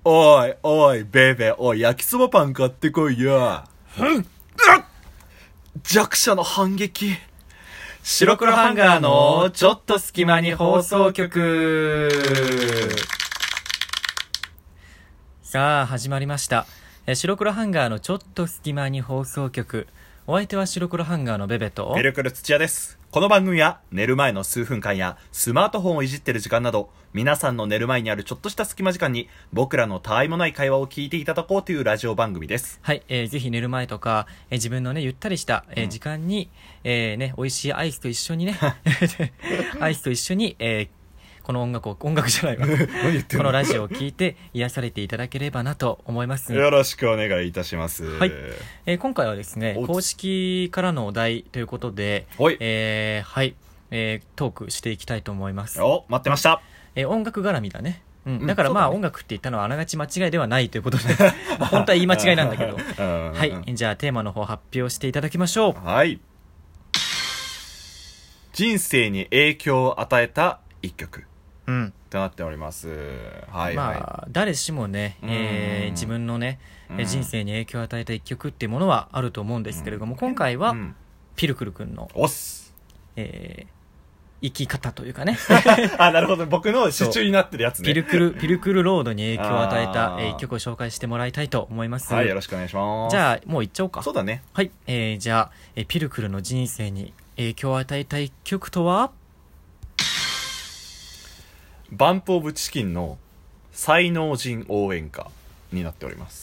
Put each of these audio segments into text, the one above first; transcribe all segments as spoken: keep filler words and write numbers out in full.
おいおいベベ、おい焼きそばパン買ってこいよ。 うん弱者の反撃。 白黒ハンガーのちょっと隙間に放送局。さあ始まりました。白黒ハンガーのちょっと隙間に放送局。お相手は白黒ハンガーのベベとペルクル土屋です。この番組は寝る前の数分間やスマートフォンをいじってる時間など、皆さんの寝る前にあるちょっとした隙間時間に僕らのたわいもない会話を聞いていただこうというラジオ番組です。 はい、えー、ぜひ寝る前とか、えー、自分のねゆったりした、えー、時間に、えー、ね美味しいアイスと一緒にねアイスと一緒に、えーこの音楽を音楽じゃないわこのラジオを聞いて癒されていただければなと思います。 よろしくお願いいたします。 はい、えー、今回はですね公式からのお題ということで、 はい、 えー、はい、えー、トークしていきたいと思います。 お、待ってました。 えー、音楽絡みだね。うん、だからまあ、ね、音楽って言ったのはあながち間違いではないということで本当は言い間違いなんだけどはい、じゃあテーマの方発表していただきましょう。 はい、人生に影響を与えた一曲、 うん、 となっております。はい、 まあ、 はい、 誰しもね、えー、自分のね、人生に影響を与えた一曲っていうものはあると思うんですけれども、今回は、うん、ピルクル君のおっす、 えー、生き方というかねあ、なるほど、僕の支柱になってるやつね。 ピルクルピルクルロードに影響を与えた、えー、一曲を紹介してもらいたいと思います。 はい、よろしくお願いします。 じゃあもういっちゃおうか。 そうだね。 はい、えー、じゃあ、えー、ピルクルの人生に影響を与えた一曲とは、 バンプオブチキンの才能人応援歌になっております。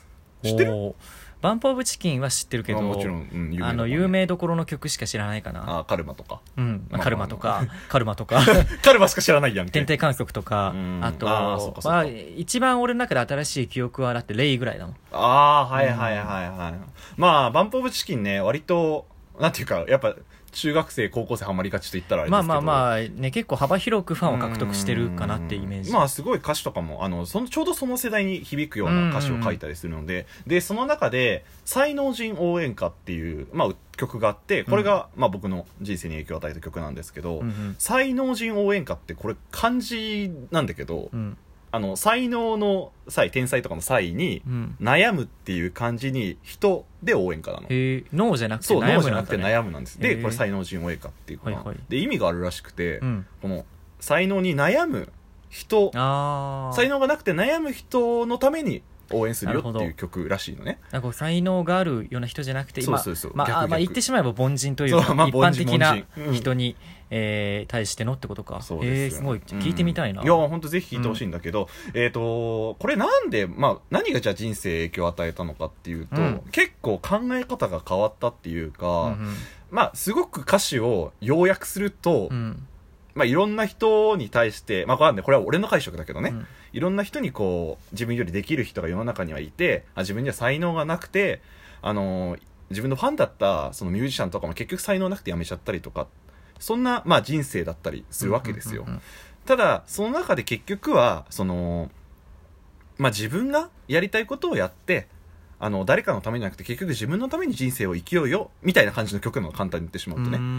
知ってる？ バンプオブチキンは知ってるけど、 もちろん、うん、有名だね、 あの有名どころの曲しか知らないかな。 あ、カルマとか、 うん、まあ、カルマとかカルマとかカルマしか知らないやんけ。 天体観測とか、あとあそかそか、まあ、一番俺の中で新しい記憶はだってレイぐらいだもん。 ああ、はいはいはいはい、うん、まあバンプオブチキンね、割となんていうかやっぱ中学生高校生ハマりがちと言ったらあれですけど、 まあまあまあね、結構幅広くファンを獲得してるかなっていうイメージ。 まあすごい歌詞とかもあのそのちょうどその世代に響くような歌詞を書いたりするので、でその中で才能人応援歌っていう、まあ、曲があって、これが、うん、まあ、僕の人生に影響を与えた曲なんですけど、うんうん、才能人応援歌ってこれ漢字なんだけど、うん、あの才能の才、天才とかの才に、うん、悩むっていう漢字に人で応援歌なの。 へ、脳じゃなくて悩む、 そう、脳じゃなくて悩むなんです。でこれ才能人応援歌っていうかな、はいはい、で意味があるらしくて、うん、この才能に悩む人、あ、才能がなくて悩む人のために応援するよっていう曲らしいのね。なんか才能があるような人じゃなくて、今そうそうそう、 まあ、逆逆まあ、言ってしまえば凡人というか、まあ、一般的な人に、うん、えー、対してのってことか。 そうですよ、 えー、すごい聞いてみたいな、 うん、いや本当ぜひ聞いてほしいんだけど、うん、えーとこれなんで、まあ、何がじゃあ人生影響を与えたのかっていうと、うん、結構考え方が変わったっていうか、うんうん、まあすごく歌詞を要約すると、うん、まあ、いろんな人に対して、まあ、これはね、これは俺の解釈だけどね、うん、いろんな人にこう自分よりできる人が世の中にはいて、あ、自分には才能がなくて、あのー、自分のファンだったそのミュージシャンとかも結局才能なくて辞めちゃったりとか、そんな、まあ、人生だったりするわけですよ、うんうんうんうん、ただその中で結局はその、まあ、自分がやりたいことをやって、あの誰かのためじゃなくて結局自分のために人生を生きようよみたいな感じの曲なの、簡単に言ってしまうとね、うん、うん、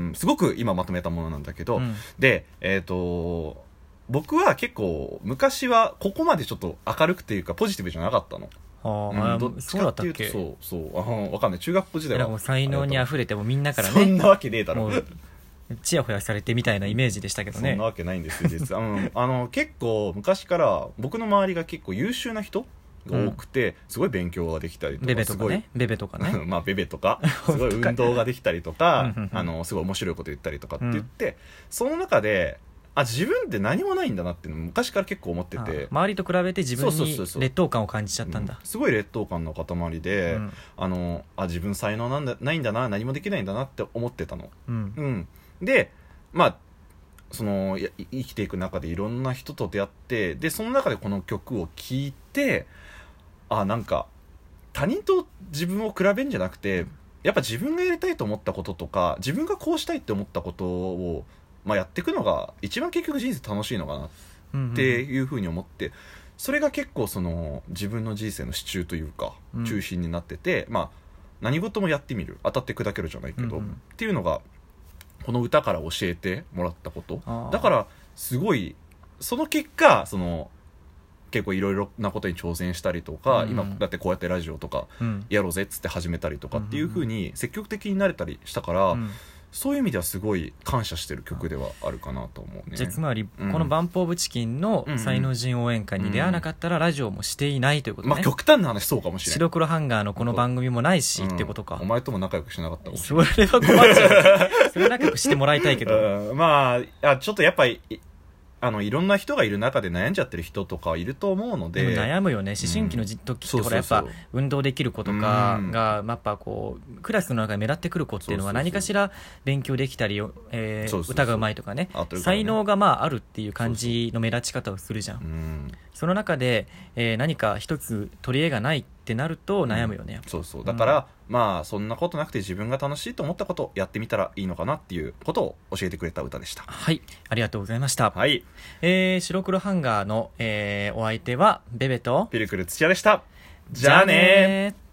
すごく今まとめたものなんだけど、うん、で、えーと僕は結構昔はここまでちょっと明るくていうかポジティブじゃなかったの。 あ、うん、どっちかっていうとそうそう、あ、分かんない、中学校時代はもう才能にあふれてもみんなからね、 そんなわけねえだろ、 ちやほやされてみたいなイメージでしたけどね。 そんなわけないんですよ実は、うん、あの結構昔から僕の周りが結構優秀な人が多くて、うん、すごい勉強ができたりとか、 ベベとかね、ベベとかねまあベベとかすごい運動ができたりとかあのすごい面白いこと言ったりとかって言って、うん、その中であ、自分って何もないんだなっていうの昔から結構思ってて、 周りと比べて自分に劣等感を感じちゃったんだ。 うん、すごい劣等感の塊で、うん、あのあ自分才能なんだないんだな、何もできないんだなって思ってたの、うんうん、でまあその生きていく中でいろんな人と出会って、でその中でこの曲を聴いて、あ、なんか他人と自分を比べるんじゃなくて、やっぱ自分がやりたいと思ったこととか自分がこうしたいって思ったことを、まあ、やっていくのが一番結局人生楽しいのかなっていうふうに思って、うんうん、それが結構その自分の人生の支柱というか中心になってて、うん、まあ何事もやってみる、当たって砕けるじゃないけど、うんうん、っていうのがこの歌から教えてもらったことだから、すごいその結果その結構いろいろなことに挑戦したりとか、 うん、 今だってこうやってラジオとかやろうぜっつって始めたりとかっていう風に積極的になれたりしたから、うん、そういう意味ではすごい感謝してる曲ではあるかなと思うね。 じゃあつまり、 うん、 このバンプオブチキンの才能人応援会に出会わなかったらラジオもしていないということね、 まあ極端な話そうかもしれない。 白黒ハンガーのこの番組もないしってことか、 うん、お前とも仲良くしなかったかもしれない。それは困っちゃうそれ仲良くしてもらいたいけど、 うん、まああちょっとやっぱりあのいろんな人がいる中で悩んじゃってる人とかいると思うので、 でも悩むよね。思春期の時ってほらやっぱ運動できる子とかがやっぱこうクラスの中で目立ってくる子っていうのは何かしら勉強できたり、えー、歌がうまいとかね、才能がまああるっていう感じの目立ち方をするじゃん。そうそう、うん、その中で、えー、何か一つ取り柄がないってなると悩むよね、 うん、そうそうだから、うん、まあそんなことなくて自分が楽しいと思ったことをやってみたらいいのかなっていうことを教えてくれた歌でした。 はい、ありがとうございました。 はい、 えー、白黒ハンガーの、えー、お相手はベベとピルクル土屋でした。じゃあねー。